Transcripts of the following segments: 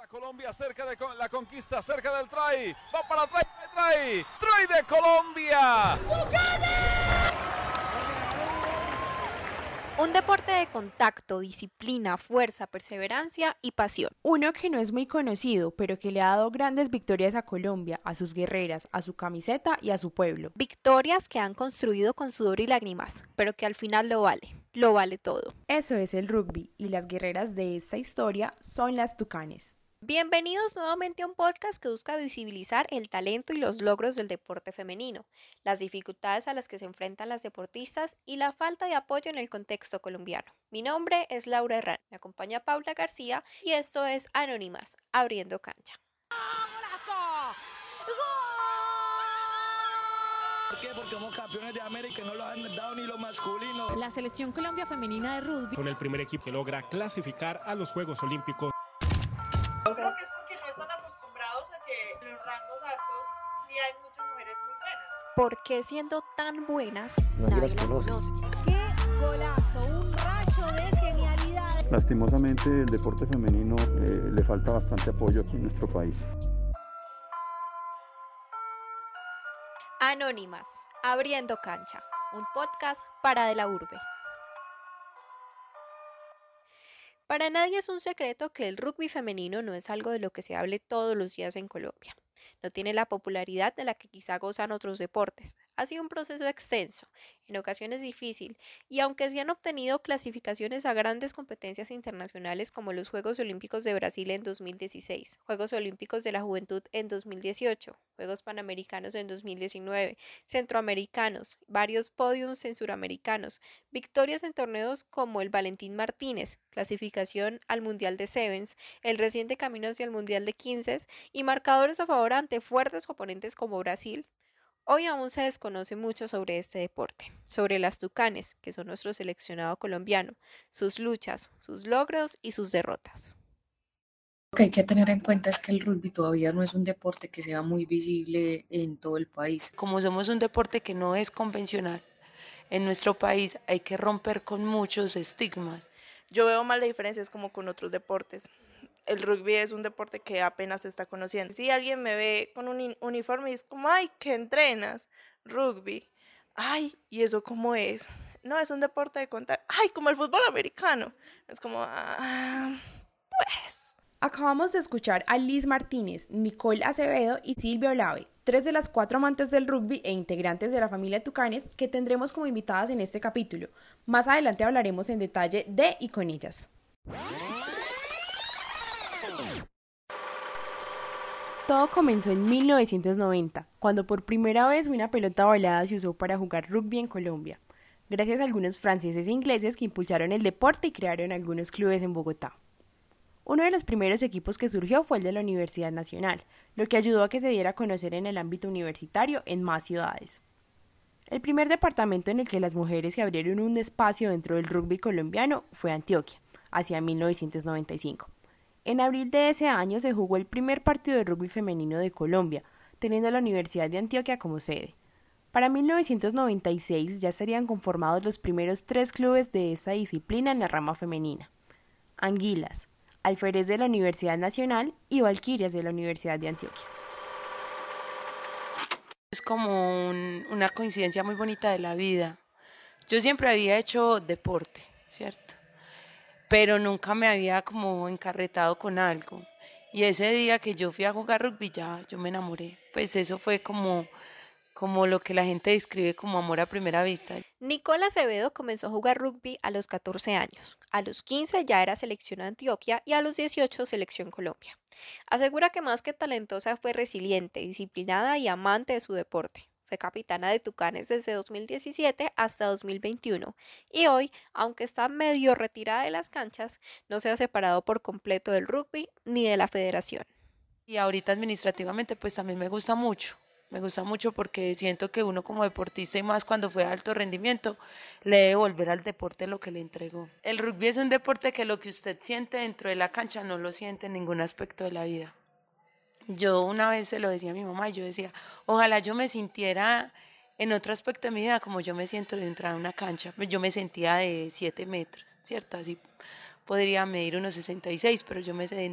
Colombia cerca de la conquista, cerca del try, va para try de Colombia. Un deporte de contacto, disciplina, fuerza, perseverancia y pasión. Uno que no es muy conocido, pero que le ha dado grandes victorias a Colombia, a sus guerreras, a su camiseta y a su pueblo. Victorias que han construido con sudor y lágrimas, pero que al final lo vale todo. Eso es el rugby, y las guerreras de esta historia son las Tucanes. Bienvenidos nuevamente a un podcast que busca visibilizar el talento y los logros del deporte femenino, las dificultades a las que se enfrentan las deportistas y la falta de apoyo en el contexto colombiano. Mi nombre es Laura Herrán, me acompaña Paula García y esto es Anónimas, abriendo cancha. ¡Golazo! ¿Por qué? Porque somos campeones de América y no lo han dado ni los masculinos. La selección Colombia femenina de rugby con el primer equipo que logra clasificar a los Juegos Olímpicos. Yo creo que es porque no están acostumbrados a que en los rangos altos sí hay muchas mujeres muy buenas. ¿Por qué siendo tan buenas nadie las conoce? ¡Qué golazo! Un rayo de genialidad. Lastimosamente el deporte femenino le falta bastante apoyo aquí en nuestro país. Anónimas, abriendo cancha, un podcast para de la urbe. Para nadie es un secreto que el rugby femenino no es algo de lo que se hable todos los días en Colombia. No tiene la popularidad de la que quizá gozan otros deportes. Ha sido un proceso extenso, en ocasiones difícil, y aunque se han obtenido clasificaciones a grandes competencias internacionales como los Juegos Olímpicos de Brasil en 2016, Juegos Olímpicos de la Juventud en 2018, Juegos Panamericanos en 2019, Centroamericanos, varios podiums en Suramericanos, victorias en torneos como el Valentín Martínez, clasificación al Mundial de Sevens, el reciente camino hacia el Mundial de 15 y marcadores a favor ante fuertes oponentes como Brasil. Hoy aún se desconoce mucho sobre este deporte, sobre las Tucanes, que son nuestro seleccionado colombiano, sus luchas, sus logros y sus derrotas. Lo que hay que tener en cuenta es que el rugby todavía no es un deporte que sea muy visible en todo el país. Como somos un deporte que no es convencional, en nuestro país hay que romper con muchos estigmas. Yo veo más las diferencias como con otros deportes. El rugby es un deporte que apenas se está conociendo. Si alguien me ve con un uniforme y es como, ay, ¿qué entrenas? Rugby. Ay, ¿y eso cómo es? No, es un deporte de contacto. Ay, como el fútbol americano. Es como, pues. Acabamos de escuchar a Liz Martínez, Nicole Acevedo y Silvia Olave, 3 de las 4 amantes del rugby e integrantes de la familia Tucanes que tendremos como invitadas en este capítulo. Más adelante hablaremos en detalle de y con ellas. Todo comenzó en 1990, cuando por primera vez una pelota ovalada se usó para jugar rugby en Colombia, gracias a algunos franceses e ingleses que impulsaron el deporte y crearon algunos clubes en Bogotá. Uno de los primeros equipos que surgió fue el de la Universidad Nacional, lo que ayudó a que se diera a conocer en el ámbito universitario en más ciudades. El primer departamento en el que las mujeres se abrieron un espacio dentro del rugby colombiano fue Antioquia, hacia 1995. En abril de ese año se jugó el primer partido de rugby femenino de Colombia, teniendo la Universidad de Antioquia como sede. Para 1996 ya estarían conformados los primeros 3 clubes de esta disciplina en la rama femenina: Anguilas, Alférez de la Universidad Nacional y Valquirias de la Universidad de Antioquia. Es como una coincidencia muy bonita de la vida. Yo siempre había hecho deporte, ¿cierto? Pero nunca me había como encarretado con algo. Y ese día que yo fui a jugar rugby ya yo me enamoré. Pues eso fue como lo que la gente describe como amor a primera vista. Nicole Acevedo comenzó a jugar rugby a los 14 años. A los 15 ya era selección Antioquia y a los 18 selección Colombia. Asegura que más que talentosa fue resiliente, disciplinada y amante de su deporte. Fue capitana de Tucanes desde 2017 hasta 2021 y hoy, aunque está medio retirada de las canchas, no se ha separado por completo del rugby ni de la federación. Y ahorita administrativamente pues también me gusta mucho porque siento que uno como deportista y más cuando fue de alto rendimiento le debe devolver al deporte lo que le entregó. El rugby es un deporte que lo que usted siente dentro de la cancha no lo siente en ningún aspecto de la vida. Yo una vez se lo decía a mi mamá y yo decía, ojalá yo me sintiera en otro aspecto de mi vida como yo me siento de entrar a una cancha. Yo me sentía de 7 metros, ¿cierto? Así podría medir unos 66, pero yo me sentía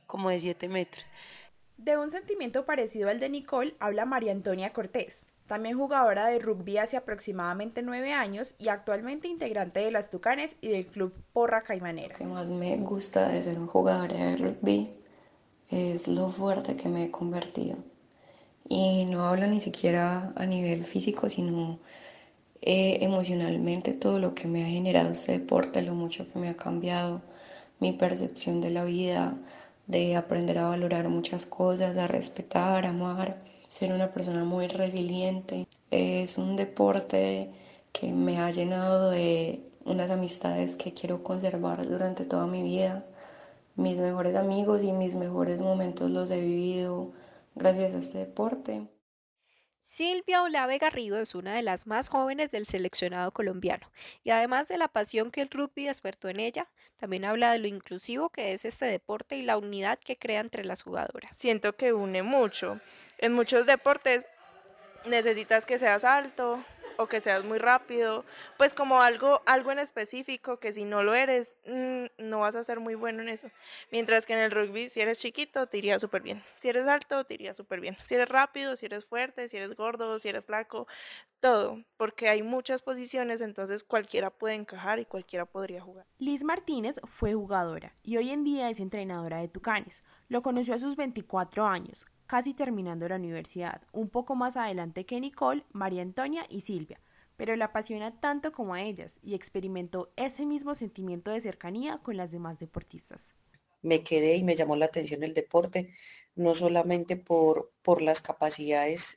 como de 7 metros. De un sentimiento parecido al de Nicole habla María Antonia Cortés, también jugadora de rugby hace aproximadamente 9 años y actualmente integrante de las Tucanes y del club Porra Caimanera. Lo que más me gusta de ser jugadora de rugby es lo fuerte que me he convertido. Y no hablo ni siquiera a nivel físico, sino emocionalmente, todo lo que me ha generado este deporte, lo mucho que me ha cambiado mi percepción de la vida, de aprender a valorar muchas cosas, a respetar, amar, ser una persona muy resiliente. Es un deporte que me ha llenado de unas amistades que quiero conservar durante toda mi vida. Mis mejores amigos y mis mejores momentos los he vivido gracias a este deporte. Silvia Olave Garrido es una de las más jóvenes del seleccionado colombiano y además de la pasión que el rugby despertó en ella, también habla de lo inclusivo que es este deporte y la unidad que crea entre las jugadoras. Siento que une mucho. En muchos deportes necesitas que seas alto o que seas muy rápido, pues como algo en específico que si no lo eres, no vas a ser muy bueno en eso. Mientras que en el rugby, si eres chiquito, te iría súper bien. Si eres alto, te iría súper bien. Si eres rápido, si eres fuerte, si eres gordo, si eres flaco, todo. Porque hay muchas posiciones, entonces cualquiera puede encajar y cualquiera podría jugar. Liz Martínez fue jugadora y hoy en día es entrenadora de Tucanes. Lo conoció a sus 24 años, casi terminando la universidad, un poco más adelante que Nicole, María Antonia y Silvia, pero la apasiona tanto como a ellas y experimentó ese mismo sentimiento de cercanía con las demás deportistas. Me quedé y me llamó la atención el deporte, no solamente por las capacidades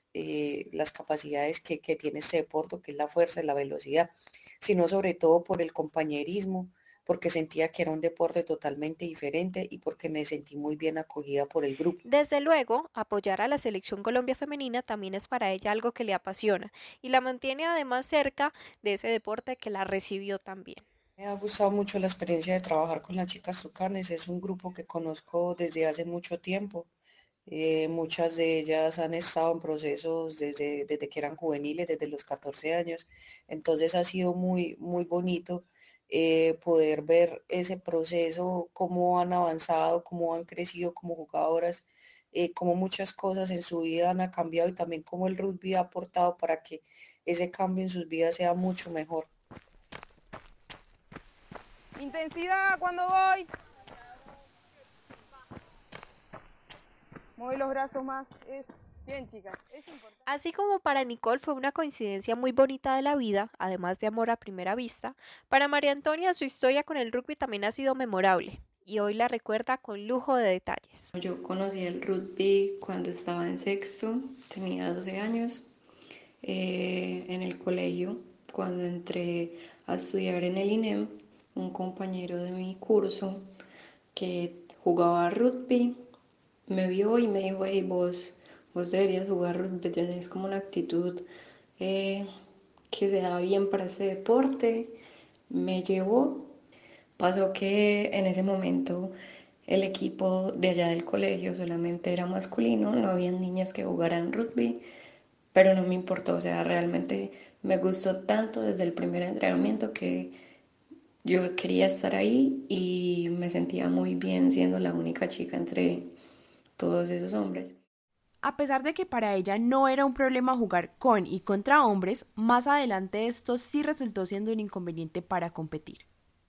que tiene este deporte, que es la fuerza y la velocidad, sino sobre todo por el compañerismo, porque sentía que era un deporte totalmente diferente y porque me sentí muy bien acogida por el grupo. Desde luego, apoyar a la Selección Colombia Femenina también es para ella algo que le apasiona y la mantiene además cerca de ese deporte que la recibió también. Me ha gustado mucho la experiencia de trabajar con las chicas Tucanes, es un grupo que conozco desde hace mucho tiempo. Muchas de ellas han estado en procesos desde que eran juveniles, desde los 14 años, entonces ha sido muy, muy bonito poder ver ese proceso, cómo han avanzado, cómo han crecido como jugadoras, cómo muchas cosas en su vida han cambiado y también cómo el rugby ha aportado para que ese cambio en sus vidas sea mucho mejor. Intensidad cuando voy. Mueve los brazos más. Eso. Bien, chicas. Es importante. Así como para Nicole fue una coincidencia muy bonita de la vida, además de amor a primera vista, para María Antonia su historia con el rugby también ha sido memorable y hoy la recuerda con lujo de detalles. Yo conocí el rugby cuando estaba en sexto, tenía 12 años, en el colegio, cuando entré a estudiar en el INEM, un compañero de mi curso que jugaba rugby me vio y me dijo, hey, vos deberías jugar rugby, tenés como una actitud que se da bien para este deporte. Me llevó. Pasó que en ese momento el equipo de allá del colegio solamente era masculino, no había niñas que jugaran rugby, pero no me importó, o sea, realmente me gustó tanto desde el primer entrenamiento que yo quería estar ahí y me sentía muy bien siendo la única chica entre todos esos hombres. A pesar de que para ella no era un problema jugar con y contra hombres, más adelante esto sí resultó siendo un inconveniente para competir.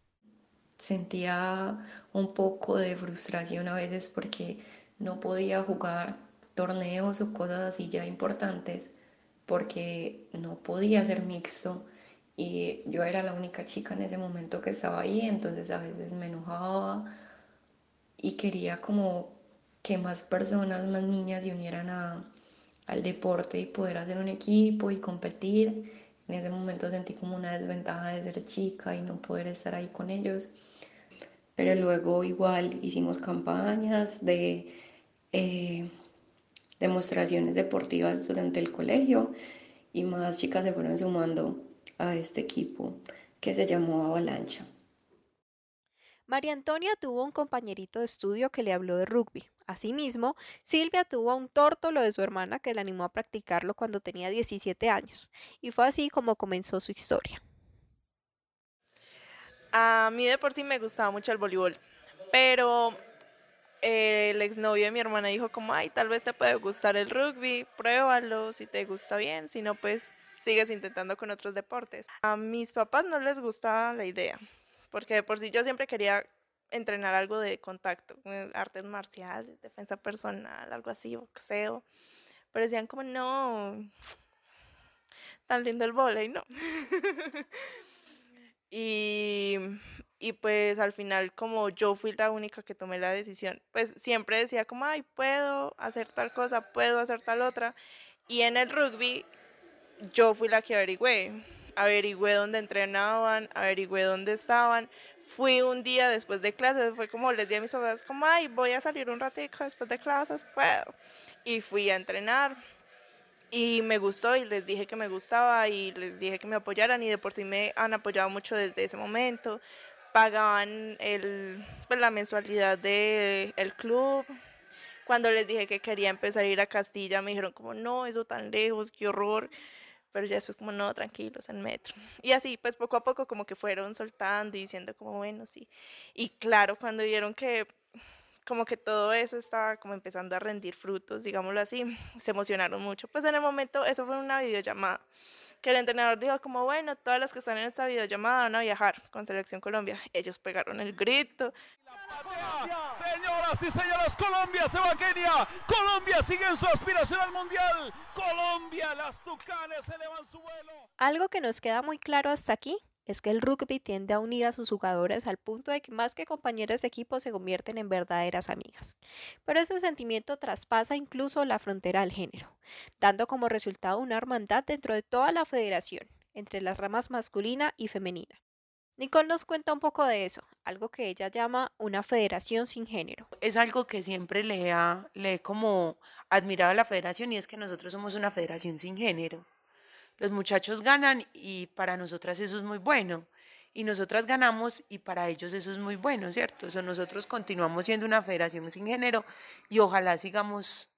Sentía un poco de frustración a veces porque no podía jugar torneos o cosas así ya importantes porque no podía ser mixto y yo era la única chica en ese momento que estaba ahí, entonces a veces me enojaba y quería como que más personas, más niñas se unieran al deporte y poder hacer un equipo y competir. En ese momento sentí como una desventaja de ser chica y no poder estar ahí con ellos. Pero luego igual hicimos campañas de demostraciones deportivas durante el colegio y más chicas se fueron sumando a este equipo que se llamó Avalancha. María Antonia tuvo un compañerito de estudio que le habló de rugby. Asimismo, Silvia tuvo a un tórtolo de su hermana que la animó a practicarlo cuando tenía 17 años. Y fue así como comenzó su historia. A mí de por sí me gustaba mucho el voleibol, pero el exnovio de mi hermana dijo como, ay, tal vez te puede gustar el rugby, pruébalo, si te gusta bien, si no, pues sigues intentando con otros deportes. A mis papás no les gusta la idea, porque de por sí yo siempre quería entrenar algo de contacto, artes marciales, defensa personal, algo así, boxeo, pero decían como, no, tan lindo el vóley, ¿no? Y, y pues al final como yo fui la única que tomé la decisión, pues siempre decía como, ay, puedo hacer tal cosa, puedo hacer tal otra. Y en el rugby yo fui la que averigüé dónde entrenaban, averigüé dónde estaban. Fui un día después de clases, fue como les dije a mis papás, como, ay, voy a salir un ratico después de clases, puedo. Y fui a entrenar. Y me gustó y les dije que me gustaba y les dije que me apoyaran y de por sí me han apoyado mucho desde ese momento. Pagaban pues, la mensualidad del club. Cuando les dije que quería empezar a ir a Castilla me dijeron como no, eso tan lejos, qué horror. Pero ya después como no, tranquilos, en metro. Y así pues poco a poco como que fueron soltando y diciendo como bueno, sí. Y claro, cuando vieron que como que todo eso estaba como empezando a rendir frutos, digámoslo así, se emocionaron mucho. Pues en el momento, eso fue una videollamada, que el entrenador dijo como, bueno, todas las que están en esta videollamada van a viajar con Selección Colombia. Ellos pegaron el grito. Señoras y señores, Colombia se va a Kenia. Colombia sigue en su aspiración al mundial. Colombia, las Tucanes elevan su vuelo. Algo que nos queda muy claro hasta aquí es que el rugby tiende a unir a sus jugadores al punto de que más que compañeras de equipo se convierten en verdaderas amigas. Pero ese sentimiento traspasa incluso la frontera del género, dando como resultado una hermandad dentro de toda la federación, entre las ramas masculina y femenina. Nicole nos cuenta un poco de eso, algo que ella llama una federación sin género. Es algo que siempre le he como admirado a la federación y es que nosotros somos una federación sin género. Los muchachos ganan y para nosotras eso es muy bueno. Y nosotras ganamos y para ellos eso es muy bueno, ¿cierto? O sea, nosotros continuamos siendo una federación sin género y ojalá sigamos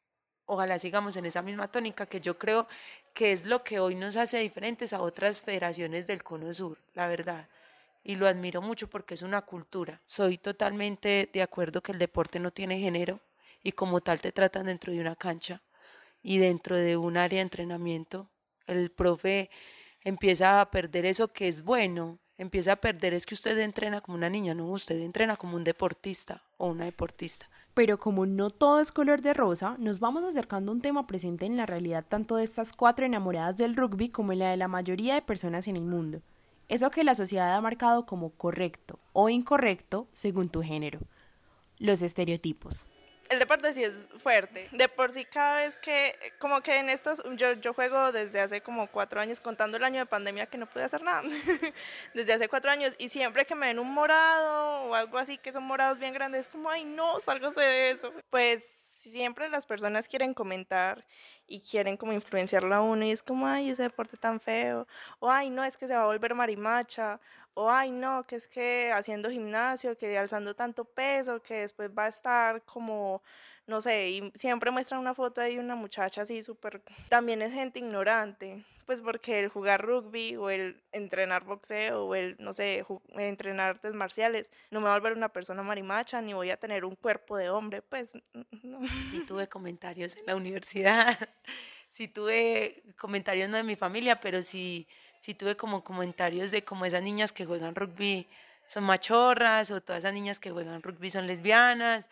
en esa misma tónica que yo creo que es lo que hoy nos hace diferentes a otras federaciones del Cono Sur, la verdad. Y lo admiro mucho porque es una cultura. Soy totalmente de acuerdo que el deporte no tiene género y como tal te tratan dentro de una cancha y dentro de un área de entrenamiento. El profe empieza a perder eso que es bueno, empieza a perder es que usted entrena como una niña, no, usted entrena como un deportista o una deportista. Pero como no todo es color de rosa, nos vamos acercando a un tema presente en la realidad tanto de estas 4 enamoradas del rugby como en la de la mayoría de personas en el mundo. Eso que la sociedad ha marcado como correcto o incorrecto según tu género. Los estereotipos. El deporte sí es fuerte. De por sí cada vez que, como que en estos, yo juego desde hace como 4 años, contando el año de pandemia que no pude hacer nada, desde hace 4 años, y siempre que me ven un morado o algo así, que son morados bien grandes, es como, ay no, sálgase de eso. Pues siempre las personas quieren comentar y quieren como influenciarlo a uno y es como, ay, ese deporte tan feo, o ay, no, es que se va a volver marimacha, o ay, no, que es que haciendo gimnasio, que alzando tanto peso, que después va a estar como, no sé, y siempre muestran una foto de una muchacha así súper... También es gente ignorante, pues porque el jugar rugby o el entrenar boxeo o el, no sé, entrenar artes marciales, no me va a volver una persona marimacha ni voy a tener un cuerpo de hombre, pues no. Sí tuve comentarios en la universidad, sí tuve comentarios no de mi familia, pero sí tuve como comentarios de como esas niñas que juegan rugby son machorras, o todas esas niñas que juegan rugby son lesbianas,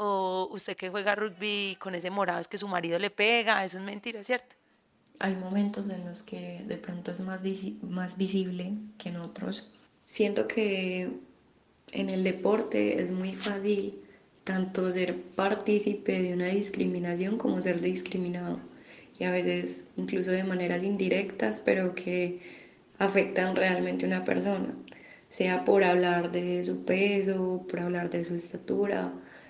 o usted que juega rugby con ese morado es que su marido le pega, eso es mentira, ¿cierto? Hay momentos en los que de pronto es más visible que en otros. Siento que en el deporte es muy fácil tanto ser partícipe de una discriminación como ser discriminado. Y a veces incluso de maneras indirectas, pero que afectan realmente a una persona. Sea por hablar de su peso, por hablar de su estatura,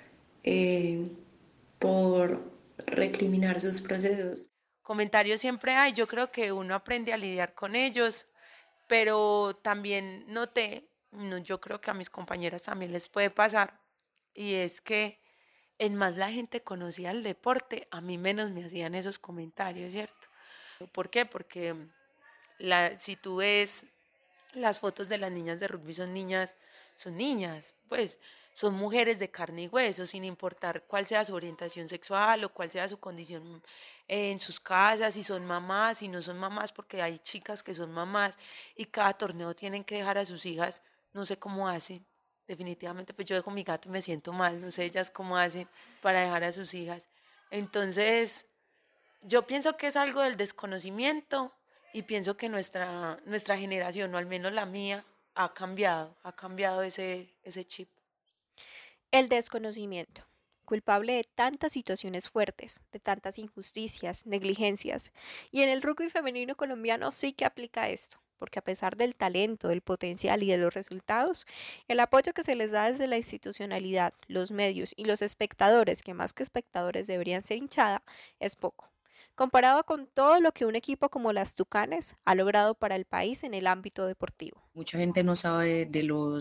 por recriminar sus procesos. Comentarios siempre hay, yo creo que uno aprende a lidiar con ellos, pero también noté, yo creo que a mis compañeras también les puede pasar, y es que en más la gente conocía el deporte, a mí menos me hacían esos comentarios, ¿cierto? ¿Por qué? Porque si tú ves las fotos de las niñas de rugby son niñas, pues son mujeres de carne y hueso, sin importar cuál sea su orientación sexual o cuál sea su condición en sus casas, si son mamás, si no son mamás, porque hay chicas que son mamás y cada torneo tienen que dejar a sus hijas, no sé cómo hacen. Definitivamente, pues yo dejo mi gato y me siento mal, no sé ellas cómo hacen para dejar a sus hijas. Entonces, yo pienso que es algo del desconocimiento y pienso que nuestra generación, o al menos la mía, ha cambiado ese chip. El desconocimiento, culpable de tantas situaciones fuertes, de tantas injusticias, negligencias. Y en el rugby femenino colombiano sí que aplica esto, porque a pesar del talento, del potencial y de los resultados, el apoyo que se les da desde la institucionalidad, los medios y los espectadores, que más que espectadores deberían ser hinchada, es poco, comparado con todo lo que un equipo como las Tucanes ha logrado para el país en el ámbito deportivo. Mucha gente no sabe de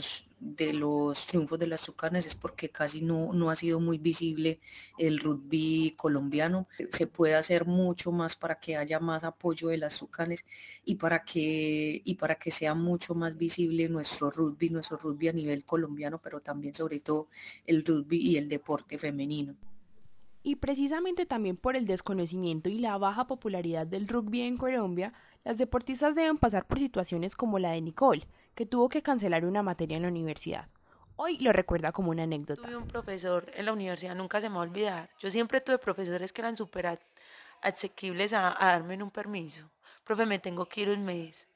los triunfos de las Tucanes, es porque casi no ha sido muy visible el rugby colombiano. Se puede hacer mucho más para que haya más apoyo de las Tucanes y para que sea mucho más visible nuestro rugby a nivel colombiano, pero también sobre todo el rugby y el deporte femenino. Y precisamente también por el desconocimiento y la baja popularidad del rugby en Colombia, las deportistas deben pasar por situaciones como la de Nicole, que tuvo que cancelar una materia en la universidad. Hoy lo recuerda como una anécdota. Tuve un profesor en la universidad, nunca se me va a olvidar. Yo siempre tuve profesores que eran súper asequibles a darme un permiso. Profe, me tengo que ir un mes.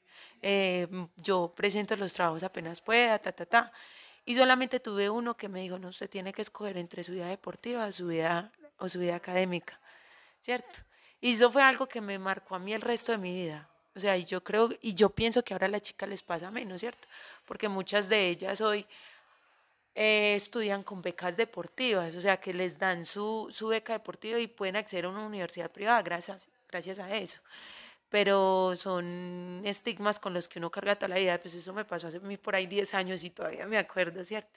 Yo presento los trabajos apenas pueda, Y solamente tuve uno que me dijo, no, usted tiene que escoger entre su vida deportiva o su vida académica, ¿cierto? Y eso fue algo que me marcó a mí el resto de mi vida. O sea, y yo pienso que ahora a las chicas les pasa menos, ¿cierto? Porque muchas de ellas hoy estudian con becas deportivas, o sea, que les dan su beca deportiva y pueden acceder a una universidad privada gracias a eso. Pero son estigmas con los que uno carga toda la vida, pues eso me pasó hace por ahí 10 años y todavía me acuerdo, ¿cierto?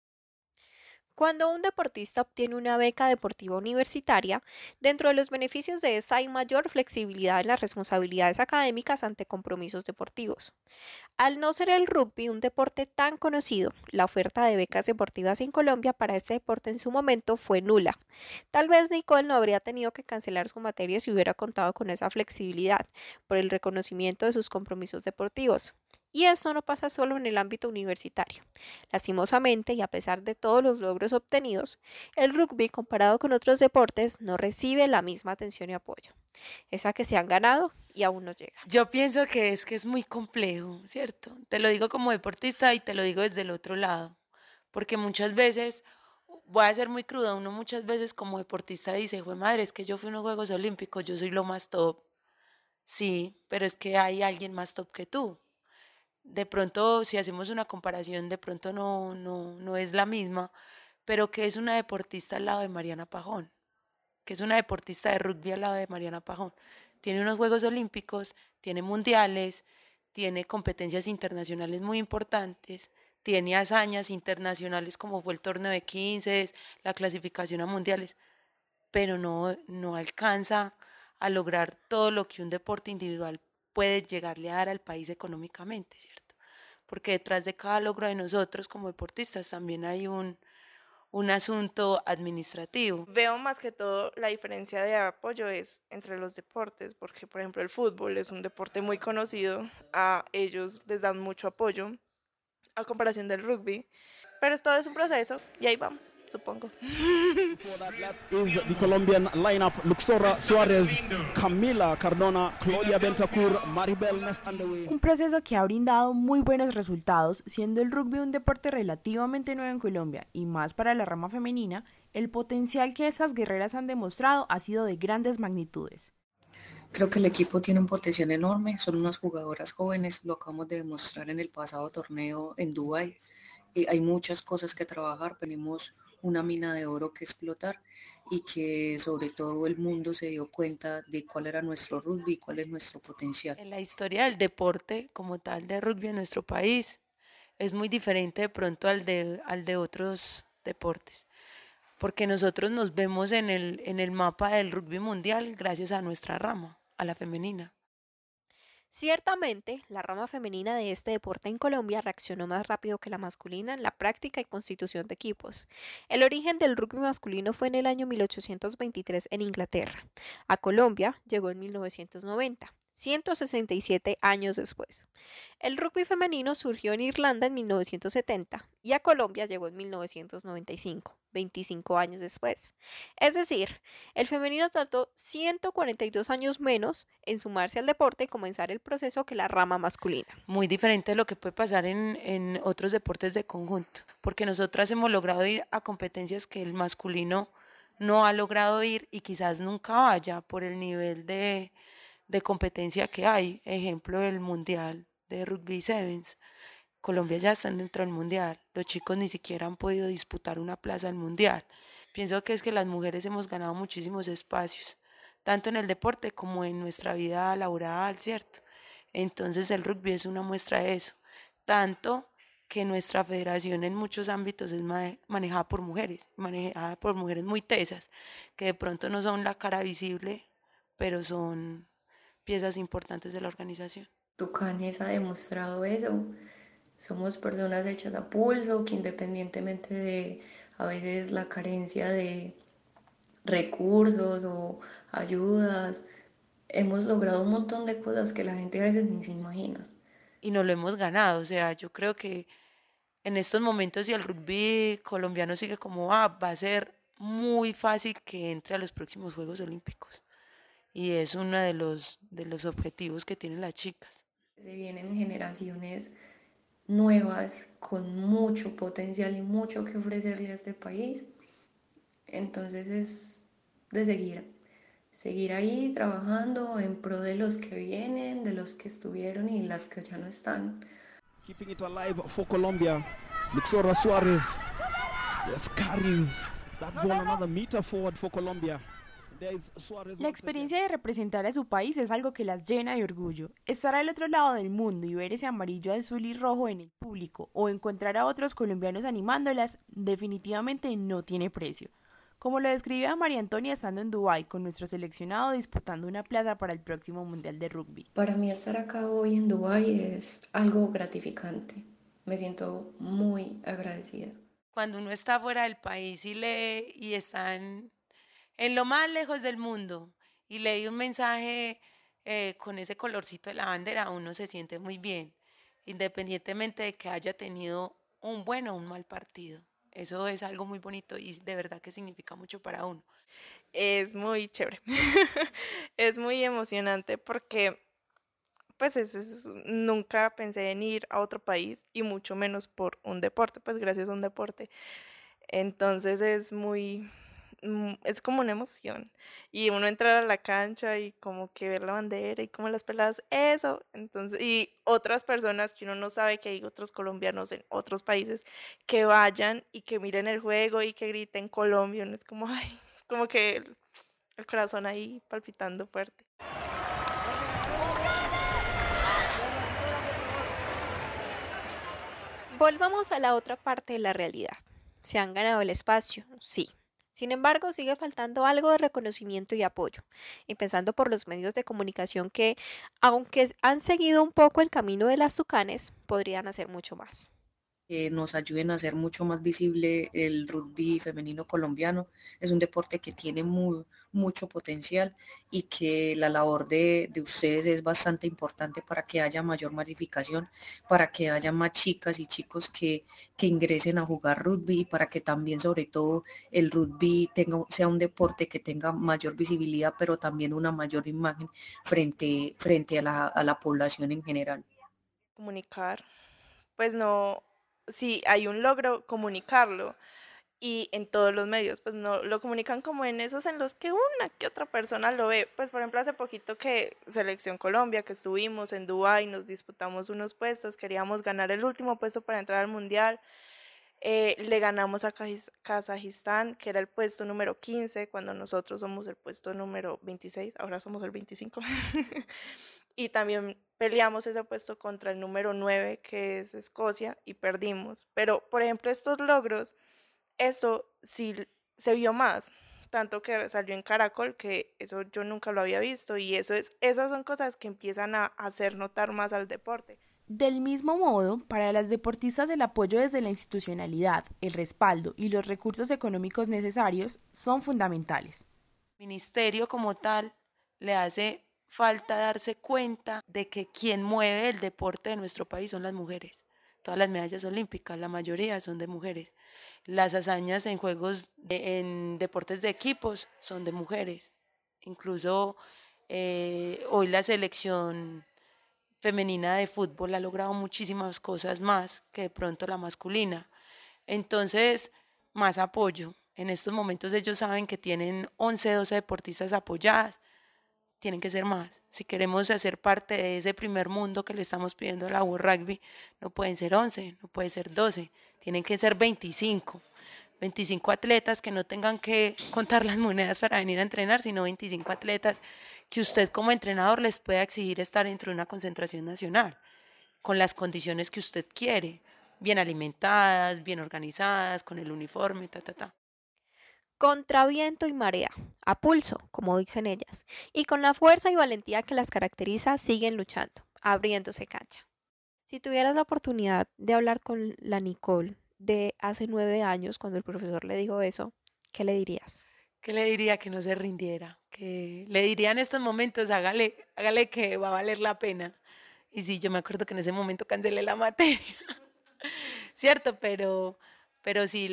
Cuando un deportista obtiene una beca deportiva universitaria, dentro de los beneficios de esta hay mayor flexibilidad en las responsabilidades académicas ante compromisos deportivos. Al no ser el rugby un deporte tan conocido, la oferta de becas deportivas en Colombia para este deporte en su momento fue nula. Tal vez Nicole no habría tenido que cancelar su materia si hubiera contado con esa flexibilidad por el reconocimiento de sus compromisos deportivos. Y esto no pasa solo en el ámbito universitario. Lastimosamente, y a pesar de todos los logros obtenidos, el rugby, comparado con otros deportes, no recibe la misma atención y apoyo. Esa que se han ganado y aún no llega. Yo pienso que es muy complejo, ¿cierto? Te lo digo como deportista y te lo digo desde el otro lado, porque muchas veces, voy a ser muy cruda, uno muchas veces como deportista dice, jue madre, es que yo fui a unos Juegos Olímpicos, yo soy lo más top. Sí, pero es que hay alguien más top que tú. De pronto, si hacemos una comparación, de pronto no es la misma, pero que es una deportista al lado de Mariana Pajón, que es una deportista de rugby al lado de Mariana Pajón. Tiene unos Juegos Olímpicos, tiene mundiales, tiene competencias internacionales muy importantes, tiene hazañas internacionales como fue el torneo de 15, la clasificación a mundiales, pero no alcanza a lograr todo lo que un deporte individual puede llegarle a dar al país económicamente, ¿cierto? Porque detrás de cada logro de nosotros como deportistas también hay un asunto administrativo. Veo más que todo la diferencia de apoyo es entre los deportes, porque por ejemplo el fútbol es un deporte muy conocido, a ellos les dan mucho apoyo a comparación del rugby, pero todo es un proceso y ahí vamos, supongo. Is the Colombian lineup: Luxora Suárez, Camila Cardona, Claudia Bentancur, Maribel Nestandewey. Un proceso que ha brindado muy buenos resultados, siendo el rugby un deporte relativamente nuevo en Colombia y más para la rama femenina, el potencial que estas guerreras han demostrado ha sido de grandes magnitudes. Creo que el equipo tiene un potencial enorme, son unas jugadoras jóvenes, lo acabamos de demostrar en el pasado torneo en Dubái. Hay muchas cosas que trabajar, tenemos una mina de oro que explotar y que sobre todo el mundo se dio cuenta de cuál era nuestro rugby y cuál es nuestro potencial. En la historia del deporte como tal de rugby en nuestro país es muy diferente de pronto al de otros deportes, porque nosotros nos vemos en el mapa del rugby mundial gracias a nuestra rama, a la femenina. Ciertamente, la rama femenina de este deporte en Colombia reaccionó más rápido que la masculina en la práctica y constitución de equipos. El origen del rugby masculino fue en el año 1823 en Inglaterra. A Colombia llegó en 1990. 167 años después. El rugby femenino surgió en Irlanda en 1970 y a Colombia llegó en 1995, 25 años después. Es decir, el femenino tardó 142 años menos en sumarse al deporte y comenzar el proceso que la rama masculina. Muy diferente de lo que puede pasar en otros deportes de conjunto, porque nosotras hemos logrado ir a competencias que el masculino no ha logrado ir y quizás nunca vaya por el nivel de competencia que hay. Ejemplo, el Mundial de Rugby Sevens. Colombia ya está dentro del Mundial. Los chicos ni siquiera han podido disputar una plaza del Mundial. Pienso que es que las mujeres hemos ganado muchísimos espacios, tanto en el deporte como en nuestra vida laboral, ¿cierto? Entonces el rugby es una muestra de eso. Tanto que nuestra federación en muchos ámbitos es manejada por mujeres muy tesas, que de pronto no son la cara visible, pero son piezas importantes de la organización. Tucanes ha demostrado eso. Somos personas hechas a pulso, que independientemente de a veces la carencia de recursos o ayudas, hemos logrado un montón de cosas que la gente a veces ni se imagina. Y nos lo hemos ganado, o sea, yo creo que en estos momentos, si el rugby colombiano sigue como va a ser muy fácil que entre a los próximos Juegos Olímpicos. Y es uno de los objetivos que tienen las chicas. Se vienen generaciones nuevas con mucho potencial y mucho que ofrecerle a este país. Entonces es de seguir ahí trabajando en pro de los que vienen, de los que estuvieron y las que ya no están. Keeping it alive for Colombia. Luxora Suarez. Yes, carries that ball another meter forward for Colombia. La experiencia de representar a su país es algo que las llena de orgullo. Estar al otro lado del mundo y ver ese amarillo, azul y rojo en el público o encontrar a otros colombianos animándolas definitivamente no tiene precio. Como lo describía María Antonia estando en Dubái con nuestro seleccionado disputando una plaza para el próximo Mundial de Rugby. Para mí estar acá hoy en Dubái es algo gratificante. Me siento muy agradecida. Cuando uno está fuera del país y lee y está en lo más lejos del mundo y leí un mensaje con ese colorcito de la bandera, uno se siente muy bien, independientemente de que haya tenido un buen o un mal partido. Eso es algo muy bonito y de verdad que significa mucho para uno. Es muy chévere, es muy emocionante porque pues nunca pensé en ir a otro país y mucho menos por un deporte, pues gracias a un deporte. Entonces es como una emoción y uno entra a la cancha y como que ver la bandera y como las peladas, eso, entonces, y otras personas que uno no sabe que hay otros colombianos en otros países que vayan y que miren el juego y que griten Colombia, uno es como, ay, como que el corazón ahí palpitando fuerte. Volvamos a la otra parte de la realidad. ¿Se han ganado el espacio? Sí. Sin embargo, sigue faltando algo de reconocimiento y apoyo, empezando por los medios de comunicación que, aunque han seguido un poco el camino de las Tucanes, podrían hacer mucho más. Que nos ayuden a hacer mucho más visible el rugby femenino colombiano. Es un deporte que tiene mucho potencial y que la labor de ustedes es bastante importante para que haya mayor masificación, para que haya más chicas y chicos que ingresen a jugar rugby y para que también sobre todo el rugby sea un deporte que tenga mayor visibilidad, pero también una mayor imagen frente a la población en general. Comunicar, pues no, si hay un logro, comunicarlo. Y en todos los medios, pues no lo comunican como en esos en los que una que otra persona lo ve. Pues por ejemplo, hace poquito que Selección Colombia, que estuvimos en Dubái, nos disputamos unos puestos, queríamos ganar el último puesto para entrar al Mundial. Le ganamos a Kazajistán, que era el puesto número 15, cuando nosotros somos el puesto número 26, ahora somos el 25. Y también peleamos ese puesto contra el número 9, que es Escocia, y perdimos. Pero, por ejemplo, estos logros, eso sí se vio más, tanto que salió en Caracol, que eso yo nunca lo había visto, y esas son cosas que empiezan a hacer notar más al deporte. Del mismo modo, para las deportistas el apoyo desde la institucionalidad, el respaldo y los recursos económicos necesarios son fundamentales. El ministerio como tal le hace falta darse cuenta de que quien mueve el deporte de nuestro país son las mujeres. Todas las medallas olímpicas, la mayoría son de mujeres. Las hazañas en en deportes de equipos son de mujeres. Incluso hoy la selección femenina de fútbol ha logrado muchísimas cosas más que de pronto la masculina. Entonces, más apoyo. En estos momentos ellos saben que tienen 11, 12 deportistas apoyadas. Tienen que ser más. Si queremos hacer parte de ese primer mundo que le estamos pidiendo a la World Rugby, no pueden ser 11, no pueden ser 12, tienen que ser 25 atletas que no tengan que contar las monedas para venir a entrenar, sino 25 atletas que usted como entrenador les pueda exigir estar dentro de una concentración nacional, con las condiciones que usted quiere, bien alimentadas, bien organizadas, con el uniforme, Contra viento y marea, a pulso, como dicen ellas, y con la fuerza y valentía que las caracteriza, siguen luchando, abriéndose cancha. Si tuvieras la oportunidad de hablar con la Nicole de hace 9 años, cuando el profesor le dijo eso, ¿qué le dirías? ¿Qué le diría? Que no se rindiera, que le diría en estos momentos, hágale que va a valer la pena. Y sí, yo me acuerdo que en ese momento cancelé la materia, ¿cierto? Pero sí,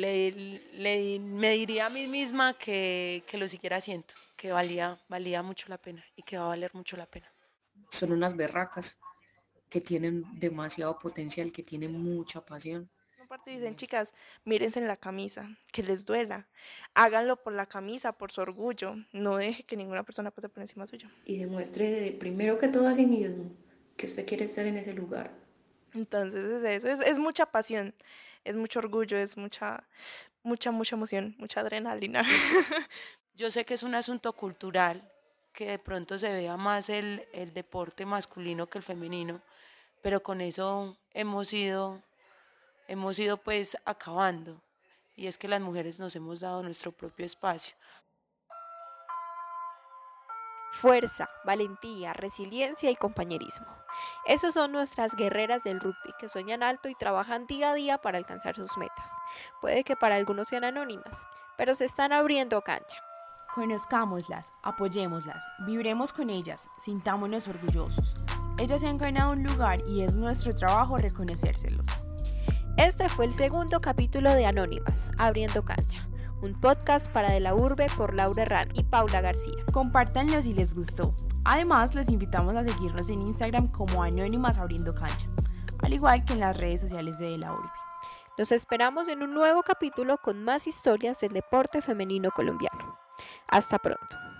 me diría a mí misma que lo siguiera haciendo, que valía mucho la pena y que va a valer mucho la pena. Son unas berracas que tienen demasiado potencial, que tienen mucha pasión. Aparte dicen, chicas, mírense en la camisa, que les duela, háganlo por la camisa, por su orgullo, no deje que ninguna persona pase por encima suyo. Y demuestre primero que todo a sí mismo que usted quiere estar en ese lugar. Entonces es mucha pasión, es mucho orgullo, es mucha emoción, mucha adrenalina. Yo sé que es un asunto cultural, que de pronto se vea más el deporte masculino que el femenino, pero con eso hemos ido pues acabando, y es que las mujeres nos hemos dado nuestro propio espacio. Fuerza, valentía, resiliencia y compañerismo. Esos son nuestras guerreras del rugby que sueñan alto y trabajan día a día para alcanzar sus metas. Puede que para algunos sean anónimas, pero se están abriendo cancha. Conozcámoslas, apoyémoslas, vibremos con ellas, sintámonos orgullosos. Ellas se han ganado un lugar y es nuestro trabajo reconocérselos. Este fue el segundo capítulo de Anónimas, Abriendo Cancha, un podcast para De la Urbe por Laura Herrán y Paula García. Compártanlo si les gustó. Además, les invitamos a seguirnos en Instagram como Anónimas Abriendo Cancha, al igual que en las redes sociales de la Urbe. Los esperamos en un nuevo capítulo con más historias del deporte femenino colombiano. Hasta pronto.